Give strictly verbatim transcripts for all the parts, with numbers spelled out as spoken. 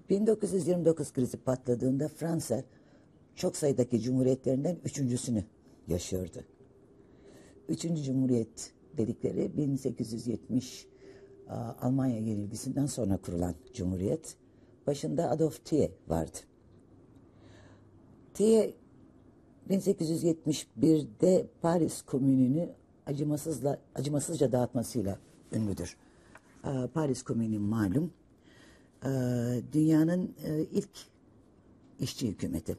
bin dokuz yüz yirmi dokuz krizi patladığında Fransa çok sayıdaki cumhuriyetlerinden üçüncüsünü yaşıyordu. Üçüncü cumhuriyet dedikleri bin sekiz yüz yetmiş Almanya yenilgisinden sonra kurulan cumhuriyet. Başında Adolf Thiers vardı. Thiers bin sekiz yüz yetmiş bir'de Paris Komünü'nü acımasızla, acımasızca dağıtmasıyla ünlüdür. Paris Komünü malum dünyanın ilk işçi hükümeti.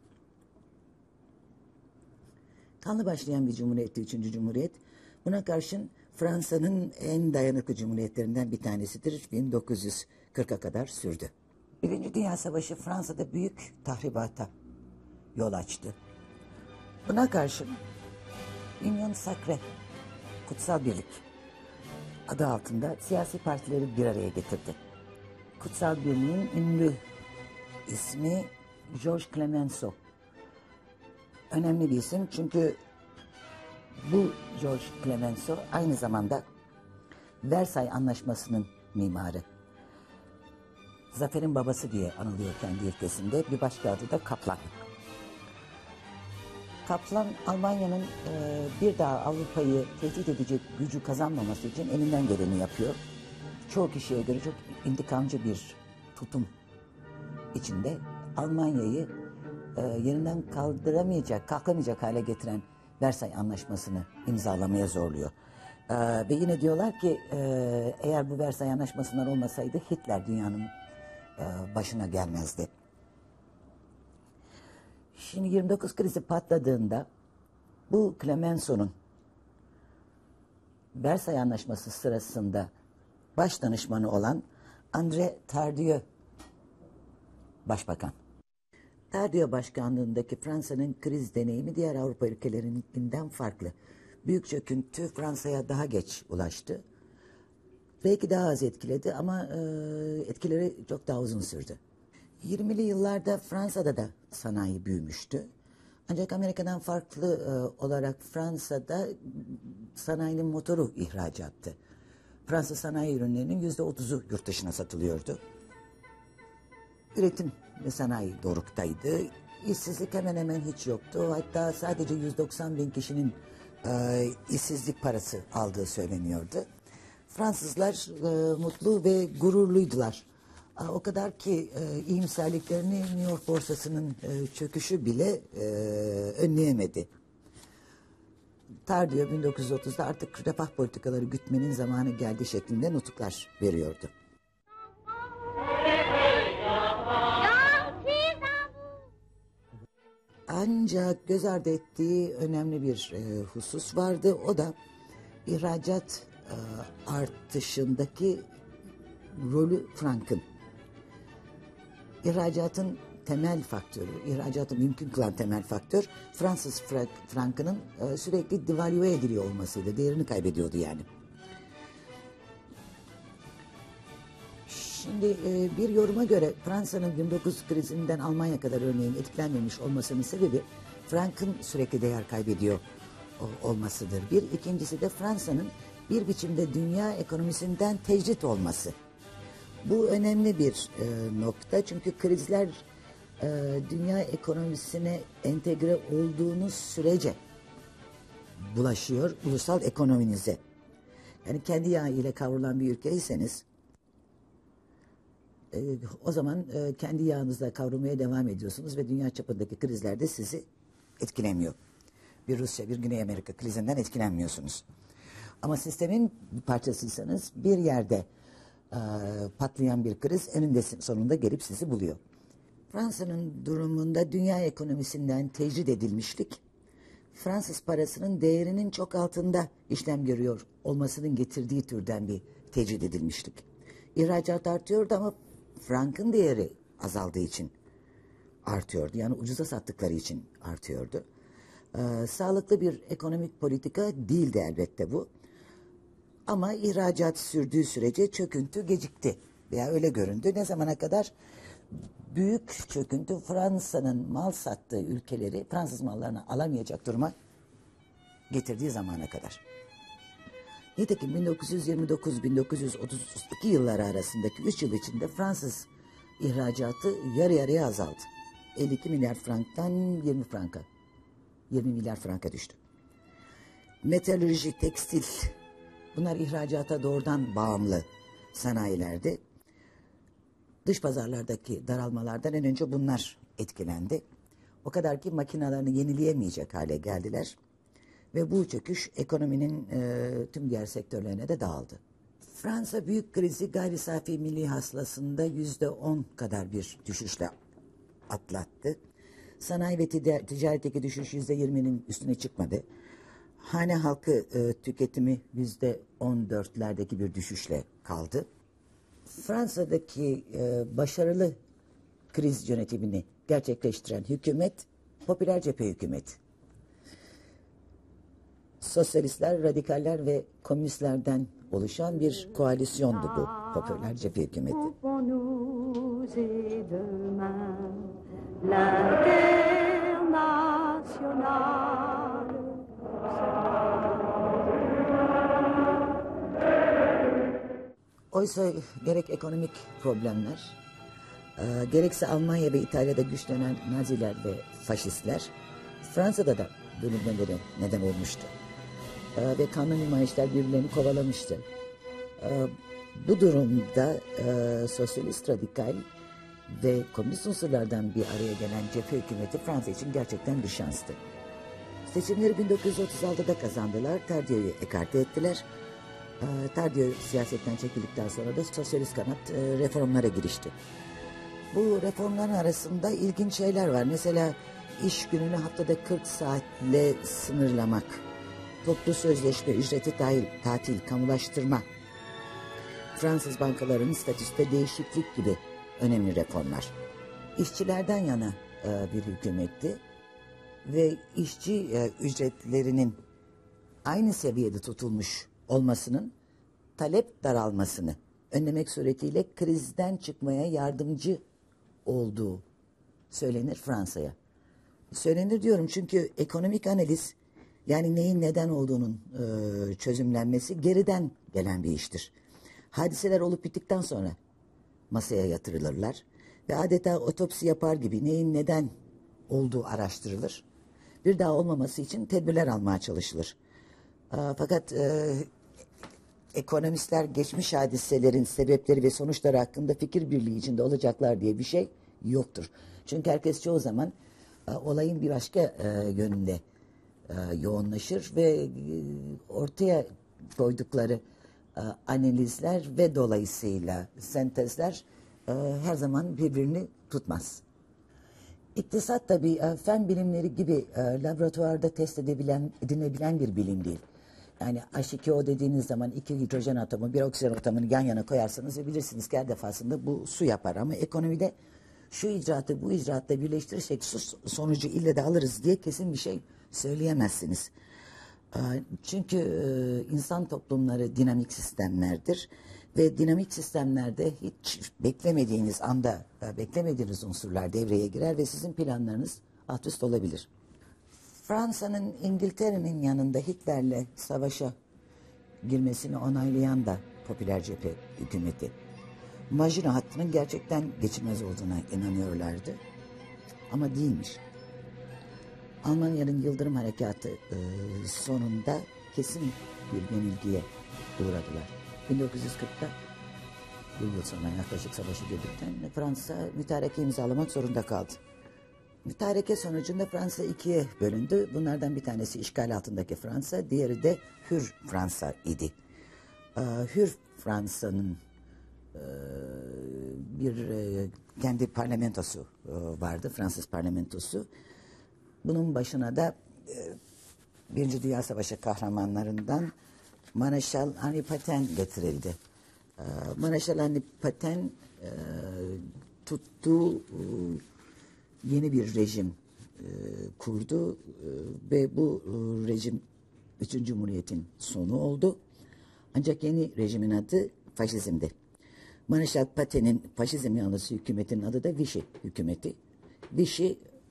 Kanlı başlayan bir cumhuriyetti, üçüncü cumhuriyet. Buna karşın Fransa'nın en dayanıklı cumhuriyetlerinden bir tanesidir. bin dokuz yüz kırk'a kadar sürdü. Birinci Dünya Savaşı Fransa'da büyük tahribata yol açtı. Buna karşın Union Sacrée, Kutsal Birlik adı altında siyasi partileri bir araya getirdi. Kutsal Birliğin ünlü ismi Georges Clemenceau. Önemli bir isim çünkü bu Georges Clemenceau aynı zamanda Versay Anlaşması'nın mimarı. Zafer'in babası diye anılıyor kendi ülkesinde. Bir başka adı da Kaplan. Kaplan, Almanya'nın e, bir daha Avrupa'yı tehdit edecek gücü kazanmaması için elinden geleni yapıyor. Çoğu kişiye göre çok intikamcı bir tutum içinde Almanya'yı e, yerinden kaldıramayacak, kalkamayacak hale getiren Versay Anlaşması'nı imzalamaya zorluyor. E, ve yine diyorlar ki e, eğer bu Versay Anlaşması'ndan olmasaydı Hitler dünyanın e, başına gelmezdi. Şimdi yirmi dokuz krizi patladığında bu Clemenceau'nun Versay Anlaşması sırasında baş danışmanı olan André Tardieu başbakan. Tardieu başkanlığındaki Fransa'nın kriz deneyimi diğer Avrupa ülkelerinden farklı. Büyük çöküntü Fransa'ya daha geç ulaştı. Belki daha az etkiledi ama e, etkileri çok daha uzun sürdü. yirmili yıllarda Fransa'da da sanayi büyümüştü. Ancak Amerika'dan farklı e, olarak Fransa'da sanayinin motoru ihracattı. Fransa sanayi ürünlerinin yüzde otuzu yurt dışına satılıyordu. Üretim ve sanayi doruktaydı. İşsizlik hemen hemen hiç yoktu. Hatta sadece yüz doksan bin kişinin e, işsizlik parası aldığı söyleniyordu. Fransızlar e, mutlu ve gururluydular. O kadar ki e, iyimserliklerini New York borsasının e, çöküşü bile e, önleyemedi. Tardieu bin dokuz yüz otuz'da artık refah politikaları gütmenin zamanı geldiği şeklinde nutuklar veriyordu. Ancak göz ardı ettiği önemli bir e, husus vardı. O da ihracat e, artışındaki rolü Frank'ın. İhracatın temel faktörü, ihracatı mümkün kılan temel faktör Fransız frankının e, sürekli devalüe ediliyor olmasıydı. Değerini kaybediyordu yani. Şimdi e, bir yoruma göre Fransa'nın yirmi dokuz krizinden Almanya kadar örneğin etkilenmemiş olmasının sebebi frankın sürekli değer kaybediyor o, olmasıdır. Bir, ikincisi de Fransa'nın bir biçimde dünya ekonomisinden tecrit olması. Bu önemli bir e, nokta çünkü krizler e, dünya ekonomisine entegre olduğunuz sürece bulaşıyor ulusal ekonominize. Yani kendi yağı ile kavrulan bir ülkeyseniz e, o zaman e, kendi yağınızla kavrulmaya devam ediyorsunuz ve dünya çapındaki krizlerde sizi etkilemiyor. Bir Rusya, bir Güney Amerika krizinden etkilenmiyorsunuz. Ama sistemin bir parçasıysanız bir yerde e, patlayan bir kriz eninde sonunda gelip sizi buluyor. Fransa'nın durumunda dünya ekonomisinden tecrit edilmişlik, Fransız parasının değerinin çok altında işlem görüyor olmasının getirdiği türden bir tecrit edilmişlik. İhracat artıyordu ama frankın değeri azaldığı için artıyordu. Yani ucuza sattıkları için artıyordu. Ee, sağlıklı bir ekonomik politika değildi elbette bu. Ama ihracat sürdüğü sürece çöküntü gecikti veya öyle göründü. Ne zamana kadar? Büyük çöküntü Fransa'nın mal sattığı ülkeleri Fransız mallarını alamayacak duruma getirdiği zamana kadar. Nitekim bin dokuz yüz yirmi dokuz bin dokuz yüz otuz iki yılları arasındaki üç yıl içinde Fransız ihracatı yarı yarıya azaldı. elli iki milyar franktan yirmi franka. yirmi milyar franka düştü. Metalürji, tekstil, bunlar ihracata doğrudan bağımlı sanayilerdi. Dış pazarlardaki daralmalardan en önce bunlar etkilendi. O kadar ki makinalarını yenileyemeyecek hale geldiler. Ve bu çöküş ekonominin e, tüm diğer sektörlerine de dağıldı. Fransa büyük krizi gayri safi milli hasılasında yüzde on kadar bir düşüşle atlattı. Sanayi ve ticaretteki düşüş yüzde yirminin üstüne çıkmadı. Hane halkı e, tüketimi yüzde on dörtlerdeki bir düşüşle kaldı. Fransa'daki e, başarılı kriz yönetimini gerçekleştiren hükümet, popüler cephe hükümeti. Sosyalistler, radikaller ve komünistlerden oluşan bir koalisyondu bu popüler cephe hükümeti. Oysa gerek ekonomik problemler, e, gerekse Almanya ve İtalya'da güçlenen Naziler ve faşistler, Fransa'da da bölünmeleri neden olmuştu. E, ve kanlı nümayişler birbirlerini kovalamıştı. E, bu durumda e, sosyalist, radikal ve komünist unsurlardan bir araya gelen cephe hükümeti Fransa için gerçekten bir şanstı. Seçimleri bin dokuz yüz otuz altıda kazandılar, Tardio'yu ekarte ettiler. E, Tardio siyasetten çekildikten sonra da sosyalist kanat e, reformlara girişti. Bu reformların arasında ilginç şeyler var. Mesela iş gününü haftada kırk saatle sınırlamak, toplu sözleşme, ücreti dahil, tatil, kamulaştırma, Fransız bankalarının statüsünde değişiklik gibi önemli reformlar. İşçilerden yana e, bir hükümetti ve işçi e, ücretlerinin aynı seviyede tutulmuş olmasının talep daralmasını önlemek suretiyle krizden çıkmaya yardımcı olduğu söylenir Fransa'ya. Söylenir diyorum çünkü ekonomik analiz, yani neyin neden olduğunun e, çözümlenmesi geriden gelen bir iştir. Hadiseler olup bittikten sonra masaya yatırılırlar ve adeta otopsi yapar gibi neyin neden olduğu araştırılır. Bir daha olmaması için tedbirler almaya çalışılır. E, fakat e, ekonomistler geçmiş hadiselerin sebepleri ve sonuçları hakkında fikir birliği içinde olacaklar diye bir şey yoktur. Çünkü herkes çoğu zaman e, olayın bir başka e, yönünde e, yoğunlaşır ve e, ortaya koydukları e, analizler ve dolayısıyla sentezler e, her zaman birbirini tutmaz. İktisat tabii e, fen bilimleri gibi e, laboratuvarda test edebilen, edinebilen bir bilim değil. Yani H iki O dediğiniz zaman iki hidrojen atomu, bir oksijen atomunu yan yana koyarsanız ve bilirsiniz ki her defasında bu su yapar. Ama ekonomide şu icraatı bu icraatla birleştirirsek su sonucu ille de alırız diye kesin bir şey söyleyemezsiniz. Çünkü insan toplumları dinamik sistemlerdir ve dinamik sistemlerde hiç beklemediğiniz anda, beklemediğiniz unsurlar devreye girer ve sizin planlarınız alt üst olabilir. Fransa'nın İngiltere'nin yanında Hitler'le savaşa girmesini onaylayan da popüler cephe hükümeti. Maginot hattının gerçekten geçilmez olduğuna inanıyorlardı. Ama değilmiş. Almanya'nın Yıldırım Harekatı e, sonunda kesin bir yenilgiye uğradılar. bin dokuz yüz kırkta bir yıl sonra yaklaşık savaşı girdikten Fransa mütareke imzalamak zorunda kaldı. Mütareke sonucunda Fransa ikiye bölündü. Bunlardan bir tanesi işgal altındaki Fransa, diğeri de Hür Fransa idi. Ee, Hür Fransa'nın e, bir e, kendi parlamentosu e, vardı, Fransız parlamentosu. Bunun başına da e, Birinci Dünya Savaşı kahramanlarından Mareşal Henri Pétain getirildi. E, Mareşal Henri Pétain e, tuttuğu e, yeni bir rejim e, kurdu e, ve bu e, rejim Üçüncü Cumhuriyet'in sonu oldu. Ancak yeni rejimin adı faşizmdi. Mareşal Patain'in faşizm yanlısı hükümetin adı da Vichy hükümeti. Vichy,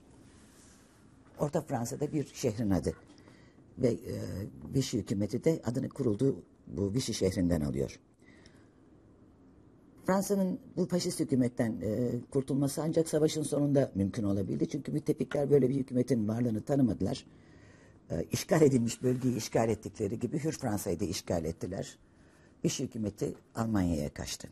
Orta Fransa'da bir şehrin adı. Ve e, Vichy hükümeti de adını kurulduğu bu Vichy şehrinden alıyor. Fransa'nın bu faşist hükümetten e, kurtulması ancak savaşın sonunda mümkün olabildi. Çünkü müttefikler böyle bir hükümetin varlığını tanımadılar. E, işgal edilmiş bölgeyi işgal ettikleri gibi Hür Fransa'yı da işgal ettiler. İş hükümeti Almanya'ya kaçtı.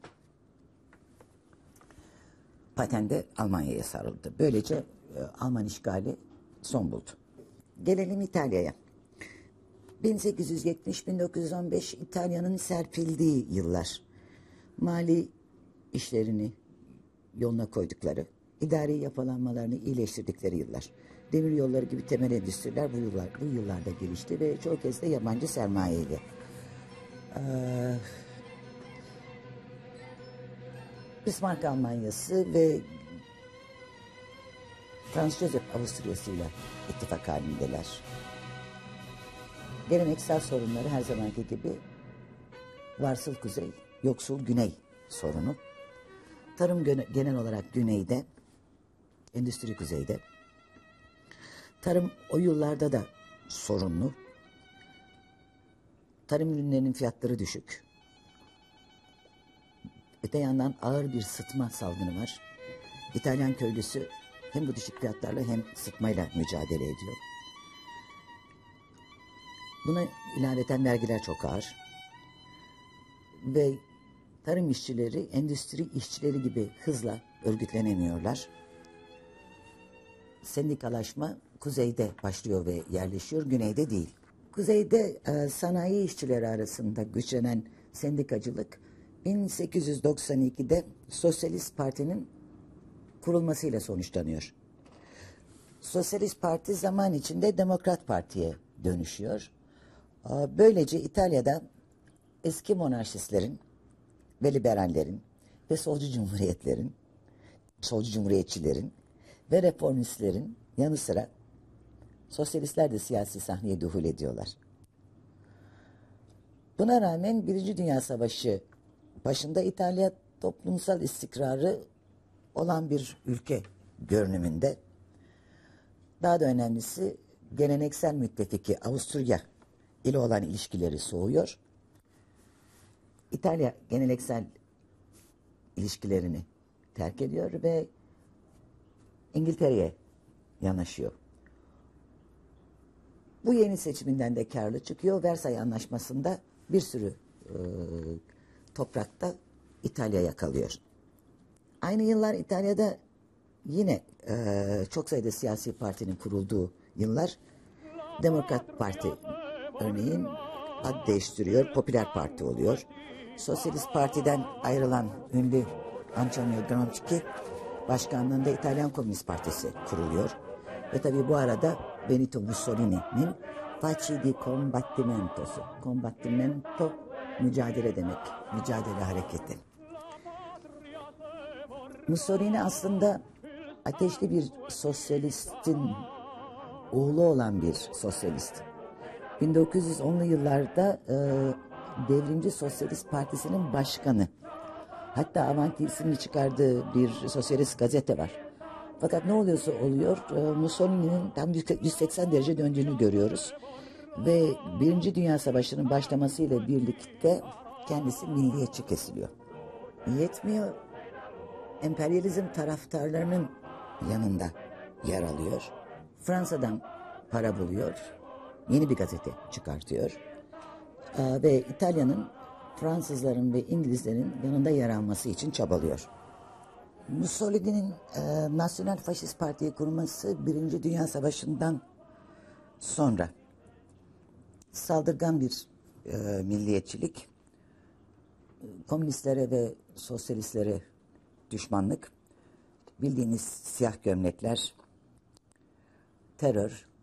Paten de Almanya'ya sarıldı. Böylece e, Alman işgali son buldu. Gelelim İtalya'ya. bin sekiz yüz yetmiş bin dokuz yüz on beş İtalya'nın serpildiği yıllar. Mali işlerini yoluna koydukları, idari yapılanmalarını iyileştirdikleri yıllar. Demir yolları gibi temel endüstriler bu yıllar bu yıllarda gelişti ve çoğu kez de yabancı sermayeyle. Ee, Bismarck Almanyası ve Franz Joseph Avusturya'sıyla ittifak halindeler. Geleneksel sorunları her zamanki gibi varsıl kuzey, yoksul güney sorunu. Tarım genel olarak güneyde, endüstri kuzeyde. Tarım o yıllarda da sorunlu. Tarım ürünlerinin fiyatları düşük. Öte yandan ağır bir sıtma salgını var. İtalyan köylüsü hem bu düşük fiyatlarla hem sıtmayla mücadele ediyor. Buna ilaveten vergiler çok ağır. Ve tarım işçileri endüstri işçileri gibi hızla örgütlenemiyorlar. Sendikalaşma kuzeyde başlıyor ve yerleşiyor, güneyde değil. Kuzeyde e, sanayi işçileri arasında güçlenen sendikacılık bin sekiz yüz doksan ikide Sosyalist Parti'nin kurulmasıyla sonuçlanıyor. Sosyalist Parti zaman içinde Demokrat Parti'ye dönüşüyor. Böylece İtalya'da eski monarşistlerin ve liberallerin ve solcu cumhuriyetlerin, solcu cumhuriyetçilerin ve reformistlerin yanı sıra sosyalistler de siyasi sahneye duhul ediyorlar. Buna rağmen Birinci Dünya Savaşı başında İtalya toplumsal istikrarı olan bir ülke görünümünde. Daha da önemlisi geleneksel müttefiki Avusturya ile olan ilişkileri soğuyor. İtalya geleneksel ilişkilerini terk ediyor ve İngiltere'ye yanaşıyor. Bu yeni seçiminden de karlı çıkıyor. Versay Anlaşması'nda bir sürü e, toprakta İtalya'ya kalıyor. Aynı yıllar İtalya'da yine e, çok sayıda siyasi partinin kurulduğu yıllar. Demokrat Parti örneğin ad değiştiriyor, Popüler Parti oluyor. Sosyalist Parti'den ayrılan ünlü Antonio Gramsci başkanlığında İtalyan Komünist Partisi kuruluyor. Ve tabii bu arada Benito Mussolini'nin Facci di Combattimento'su. Combattimento mücadele demek, mücadele hareketi. Mussolini aslında ateşli bir sosyalistin oğlu olan bir sosyalist. bin dokuz yüz onlu yıllarda e, Devrimci Sosyalist Partisi'nin başkanı. Hatta Avanti isimli çıkardığı bir sosyalist gazete var. Fakat ne oluyorsa oluyor, e, Mussolini'nin tam yüz seksen derece döndüğünü görüyoruz. Ve Birinci Dünya Savaşı'nın başlamasıyla birlikte kendisi milliyetçi kesiliyor. Yetmiyor, emperyalizm taraftarlarının yanında yer alıyor. Fransa'dan para buluyor, yeni bir gazete çıkartıyor. Ee, ve İtalya'nın Fransızların ve İngilizlerin yanında yer alması için çabalıyor. Mussolini'nin e, Nasyonal Faşist Parti'yi kurması Birinci Dünya Savaşı'ndan sonra saldırgan bir e, milliyetçilik, komünistlere ve sosyalistlere düşmanlık, bildiğiniz siyah gömlekler, terör,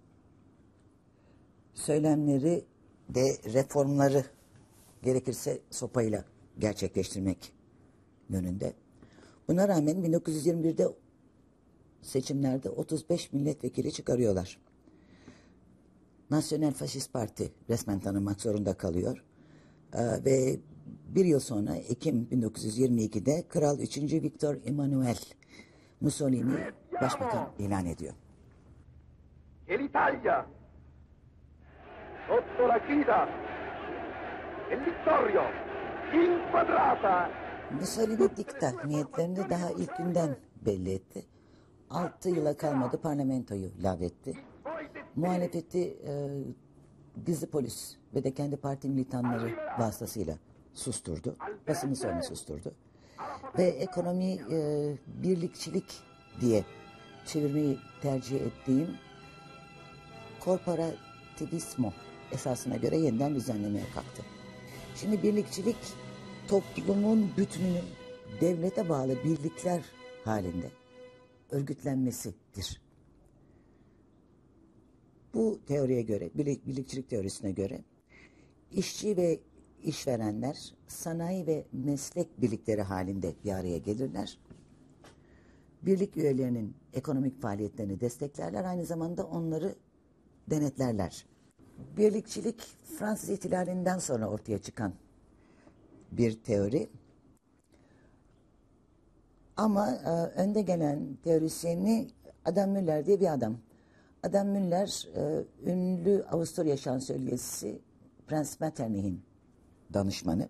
söylemleri de reformları gerekirse sopayla gerçekleştirmek yönünde. Buna rağmen bin dokuz yüz yirmi birde seçimlerde otuz beş milletvekili çıkarıyorlar. Nasyonal Faşist Parti resmen tanınmak zorunda kalıyor. Ee, ve bir yıl sonra Ekim bin dokuz yüz yirmi ikide Kral üçüncü Victor Emanuele Mussolini başbakan ilan ediyor. L'Italia sotto la guida del Vittorio inquadrata Mussolini dikta niyetlerini daha ilk günden belli etti. Altı yıla kalmadı parlamentoyu lağvetti. Muhalefeti e, gizli polis ve de kendi parti militanları vasıtasıyla susturdu. Basını sonra susturdu. Ve ekonomi e, birlikçilik diye çevirmeyi tercih ettiğim korporativismo esasına göre yeniden düzenlemeye kalktı. Şimdi birlikçilik toplumun bütününün devlete bağlı birlikler halinde örgütlenmesidir. Bu teoriye göre, birlikçilik teorisine göre işçi ve işverenler sanayi ve meslek birlikleri halinde bir araya gelirler. Birlik üyelerinin ekonomik faaliyetlerini desteklerler, aynı zamanda onları denetlerler. Birlikçilik Fransız ihtilalinden sonra ortaya çıkan bir teori. Ama e, önde gelen teorisyeni Adam Müller diye bir adam. Adam Müller e, ünlü Avusturya şansölyesi Prens Metternich'in danışmanı.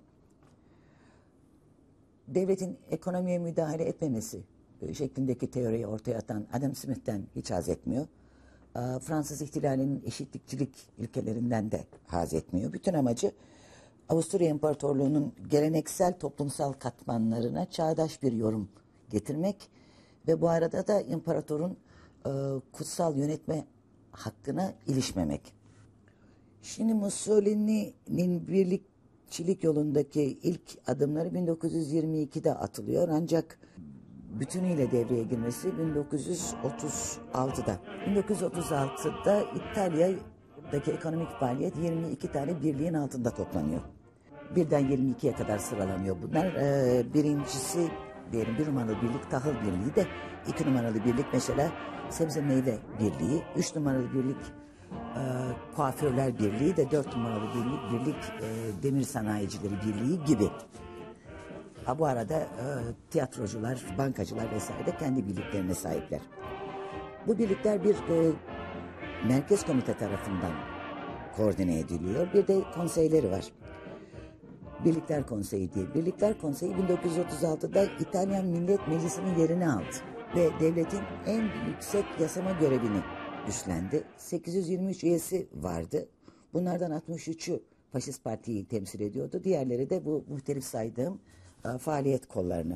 Devletin ekonomiye müdahale etmemesi e, şeklindeki teoriyi ortaya atan Adam Smith'ten hiç haz etmiyor. E, Fransız ihtilalinin eşitlikçilik ilkelerinden de haz etmiyor. Bütün amacı Avusturya İmparatorluğu'nun geleneksel toplumsal katmanlarına çağdaş bir yorum getirmek ve bu arada da imparatorun e, kutsal yönetme hakkına ilişmemek. Şimdi Mussolini'nin birlikçilik yolundaki ilk adımları bin dokuz yüz yirmi ikide atılıyor, ancak bütünüyle devreye girmesi bin dokuz yüz otuz altıda. bin dokuz yüz otuz altıda İtalya'daki ekonomik faaliyet yirmi iki tane birliğin altında toplanıyor. Birden yirmi ikiye kadar sıralanıyor bunlar. Ee, birincisi diyelim bir numaralı birlik tahıl birliği de, iki numaralı birlik mesela sebze meyve birliği, üç numaralı birlik e, kuaförler birliği de, dört numaralı birlik, birlik e, demir sanayicileri birliği gibi. Ha, bu arada e, tiyatrocular, bankacılar vesaire de kendi birliklerine sahipler. Bu birlikler bir e, merkez komite tarafından koordine ediliyor. Bir de konseyleri var. Birlikler Konseyi diye. Birlikler Konseyi bin dokuz yüz otuz altıda İtalyan Millet Meclisi'nin yerini aldı ve devletin en yüksek yasama görevini üstlendi. sekiz yüz yirmi üç üyesi vardı. Bunlardan altmış üçü Faşist Parti'yi temsil ediyordu. Diğerleri de bu muhtelif saydığım e, faaliyet kollarını.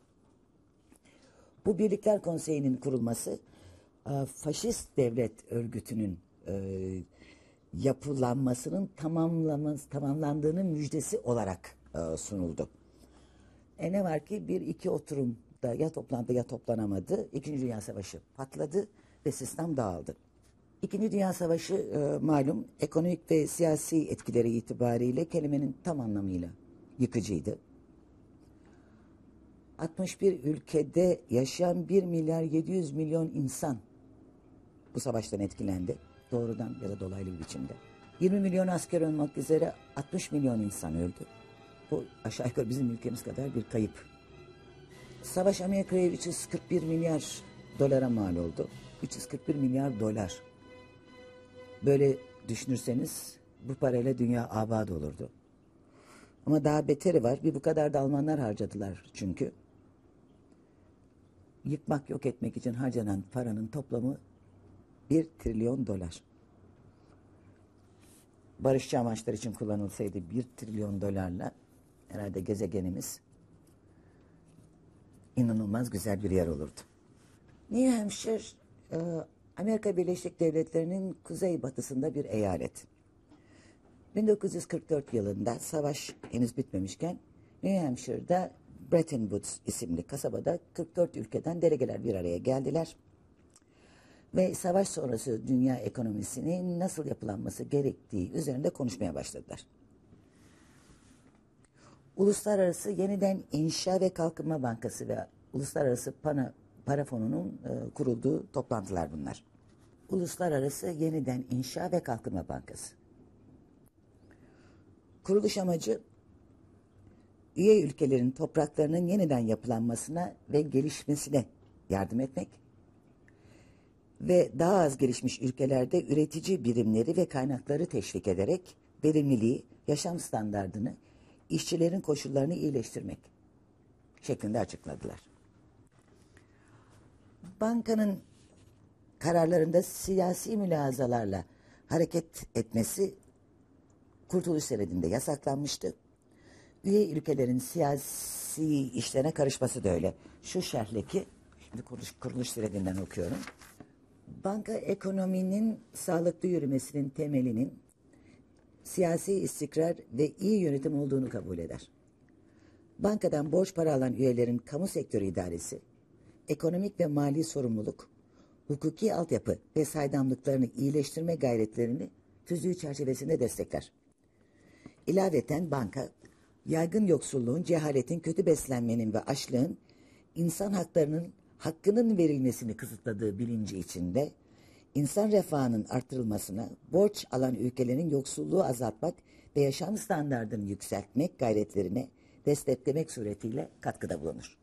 Bu Birlikler Konseyi'nin kurulması e, faşist devlet örgütünün e, yapılanmasının tamamlaması, tamamlandığının müjdesi olarak e, sunuldu. E ne var ki bir iki oturumda ya toplandı ya toplanamadı. İkinci Dünya Savaşı patladı ve sistem dağıldı. İkinci Dünya Savaşı e, malum ekonomik ve siyasi etkileri itibariyle kelimenin tam anlamıyla yıkıcıydı. altmış bir ülkede yaşayan bir milyar yedi yüz milyon insan bu savaştan etkilendi. Doğrudan ya da dolaylı bir biçimde. yirmi milyon asker olmak üzere altmış milyon insan öldü. Bu aşağı yukarı bizim ülkemiz kadar bir kayıp. Savaş Amerika'ya üç yüz kırk bir milyar dolara mal oldu. üç yüz kırk bir milyar dolar. Böyle düşünürseniz bu parayla dünya abad olurdu. Ama daha beteri var. Bir bu kadar da Almanlar harcadılar çünkü. Yıkmak, yok etmek için harcanan paranın toplamı bir trilyon dolar. Barışçı amaçlar için kullanılsaydı bir trilyon dolarla herhalde gezegenimiz inanılmaz güzel bir yer olurdu. New Hampshire, e, Amerika Birleşik Devletleri'nin kuzeybatısında bir eyalet. bin dokuz yüz kırk dört yılında savaş henüz bitmemişken New Hampshire'da Bretton Woods isimli kasabada kırk dört ülkeden delegeler bir araya geldiler. Ve savaş sonrası dünya ekonomisinin nasıl yapılanması gerektiği üzerinde konuşmaya başladılar. Uluslararası Yeniden İnşa ve Kalkınma Bankası ve Uluslararası Para, Para Fonu'nun e, kurulduğu toplantılar bunlar. Uluslararası Yeniden İnşa ve Kalkınma Bankası. Kuruluş amacı üye ülkelerin topraklarının yeniden yapılanmasına ve gelişmesine yardım etmek ve daha az gelişmiş ülkelerde üretici birimleri ve kaynakları teşvik ederek verimliliği, yaşam standardını, işçilerin koşullarını iyileştirmek. şeklinde açıkladılar. Bankanın kararlarında siyasi mülahazalarla hareket etmesi Kurtuluş Senedi'nde yasaklanmıştı. Üye ülkelerin siyasi işlerine karışması da öyle. Şu şerhleki, şimdi kuruluş, kuruluş Senedi'nden okuyorum. Banka ekonominin sağlıklı yürümesinin temelinin siyasi istikrar ve iyi yönetim olduğunu kabul eder. Bankadan borç para alan üyelerin kamu sektörü idaresi, ekonomik ve mali sorumluluk, hukuki altyapı ve saydamlıklarını iyileştirme gayretlerini tüzüğü çerçevesinde destekler. İlaveten banka, yaygın yoksulluğun, cehaletin, kötü beslenmenin ve açlığın insan haklarının hakkının verilmesini kısıtladığı bilinci içinde insan refahının artırılmasına, borç alan ülkelerin yoksulluğu azaltmak ve yaşam standartını yükseltmek gayretlerine desteklemek suretiyle katkıda bulunur.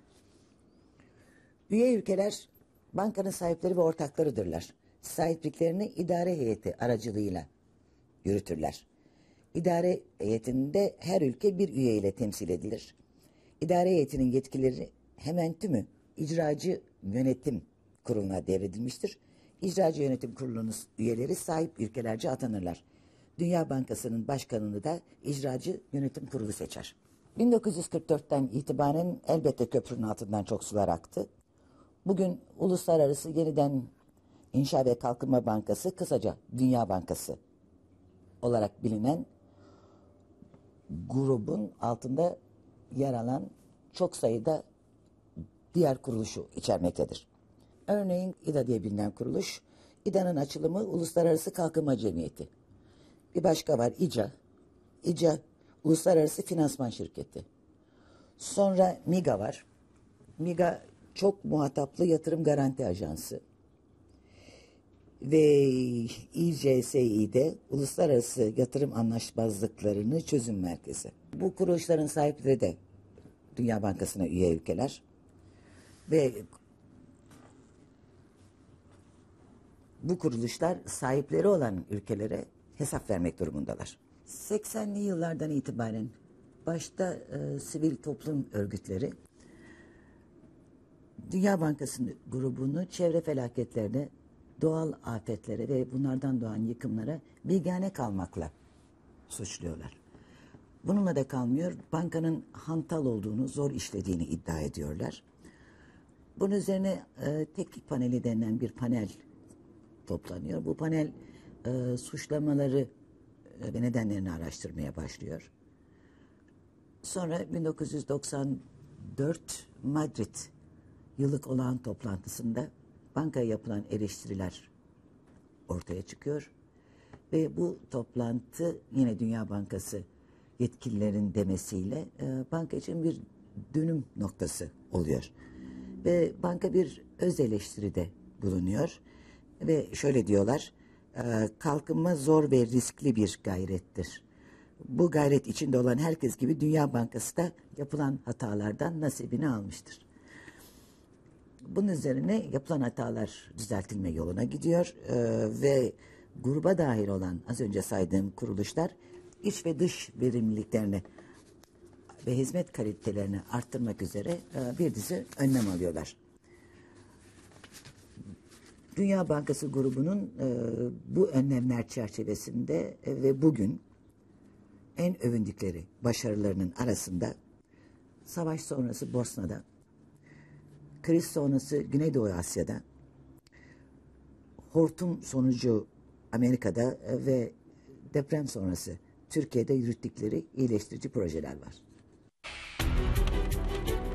Üye ülkeler bankanın sahipleri ve ortaklarıdırlar. Sahipliklerini idare heyeti aracılığıyla yürütürler. İdare heyetinde her ülke bir üye ile temsil edilir. İdare heyetinin yetkileri hemen tümü icracı yönetim kuruluna devredilmiştir. İcracı yönetim kurulunun üyeleri sahip ülkelerce atanırlar. Dünya Bankası'nın başkanını da icracı yönetim kurulu seçer. bin dokuz yüz kırk dörtten itibaren elbette köprünün altından çok sular aktı. Bugün Uluslararası Yeniden İnşa ve Kalkınma Bankası, kısaca Dünya Bankası olarak bilinen grubun altında yer alan çok sayıda diğer kuruluşu içermektedir. Örneğin İ D A diye bilinen kuruluş, İ D A'nın açılımı Uluslararası Kalkınma Cemiyeti. Bir başka var İ C A. İ C A Uluslararası Finansman Şirketi. Sonra MİGA var. MİGA Çok Muhataplı Yatırım Garanti Ajansı. Ve İ C S İ'de Uluslararası Yatırım Anlaşmazlıklarını Çözüm Merkezi. Bu kuruluşların sahipleri de Dünya Bankası'na üye ülkeler. Ve bu kuruluşlar sahipleri olan ülkelere hesap vermek durumundalar. seksenli yıllardan itibaren başta e, sivil toplum örgütleri Dünya Bankası grubunu çevre felaketlerine, doğal afetlere ve bunlardan doğan yıkımlara bigane kalmakla suçluyorlar. Bununla da kalmıyor, bankanın hantal olduğunu, zor işlediğini iddia ediyorlar. Bunun üzerine e, teknik paneli denilen bir panel toplanıyor. Bu panel e, suçlamaları e, ve nedenlerini araştırmaya başlıyor. Sonra bin dokuz yüz doksan dört Madrid yıllık olağan toplantısında bankaya yapılan eleştiriler ortaya çıkıyor. Ve bu toplantı yine Dünya Bankası yetkililerin demesiyle e, banka için bir dönüm noktası oluyor. Ve banka bir öz eleştiride bulunuyor. Ve şöyle diyorlar, e, kalkınma zor ve riskli bir gayrettir. Bu gayret içinde olan herkes gibi Dünya Bankası da yapılan hatalardan nasibini almıştır. Bunun üzerine yapılan hatalar düzeltilme yoluna gidiyor e, ve gruba dahil olan az önce saydığım kuruluşlar iç ve dış verimliliklerini ve hizmet kalitelerini arttırmak üzere e, bir dizi önlem alıyorlar. Dünya Bankası grubunun e, bu önlemler çerçevesinde e, ve bugün en övündükleri başarılarının arasında savaş sonrası Bosna'da, kriz sonrası Güneydoğu Asya'da, hortum sonucu Amerika'da ve deprem sonrası Türkiye'de yürüttükleri iyileştirici projeler var.